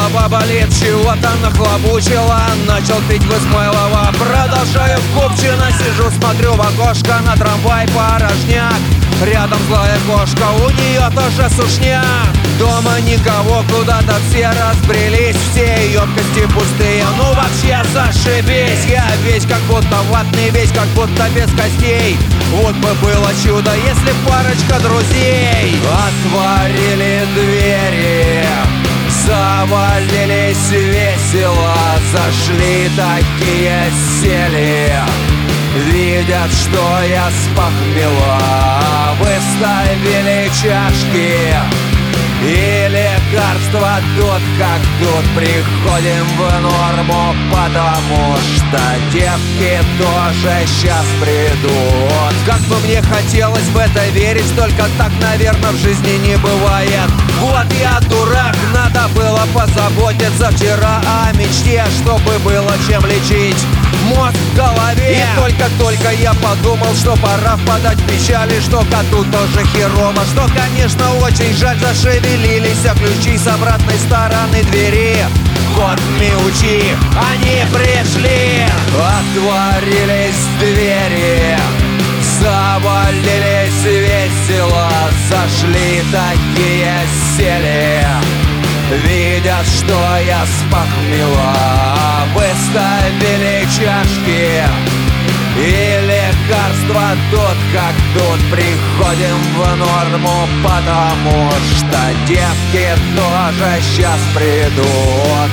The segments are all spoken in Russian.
голова болит, чего-то нахлобучила. Начал пить в Измайлова, продолжаю в Купчино. Сижу, смотрю в окошко на трамвай порожняк. Рядом злая кошка, у нее тоже сушняк. Дома никого, куда-то все разбрелись. Все емкости пустые, ну вообще зашибись. Я весь как будто ватный, весь как будто без костей. Вот бы было чудо, если парочка друзей отворили двери, завалились весело, зашли такие, сели. Видят, что я с похмела, выставили чашки и лекарства тут как тут. Приходим в норму, потому что девки тоже сейчас придут. Как бы мне хотелось в это верить, только так, наверное, в жизни не бывает. Вот я дурак, надо было позаботиться вчера о мечте, чтобы было чем лечить мозг в голове. И только я подумал, что пора впадать в печали, что коту тоже херово, что, конечно, очень жаль, зашевелились ключи с обратной стороны двери. Вот мяучи, они пришли, отворились двери, завалились весело, зашли такие, сели. Видят, что я с похмела, выставили чашки и лекарства тут как тут. Приходим в норму, потому что девки тоже сейчас придут.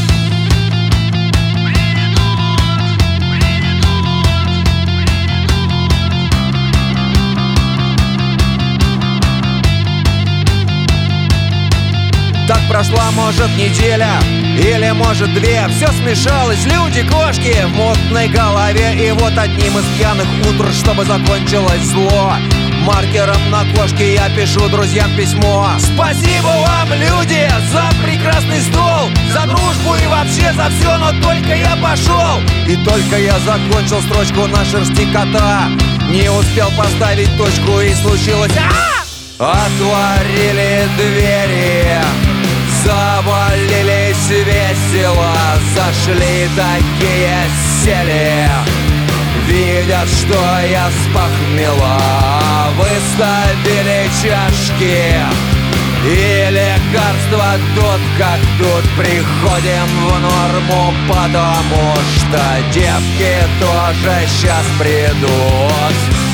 Так прошла, может, неделя или, может, две. Все смешалось, люди, кошки в мутной голове. И вот одним из пьяных утр, чтобы закончилось зло, маркером на кошке я пишу друзьям письмо. Спасибо вам, люди, за прекрасный стол, за дружбу и вообще за все, но только я пошел. И только я закончил строчку на шерсти кота, не успел поставить точку, и случилось Отворили двери, завалились весело, зашли такие, сели. Видят, что я с похмела, выставили чашки и лекарства тут как тут. Приходим в норму, потому что девки тоже сейчас придут.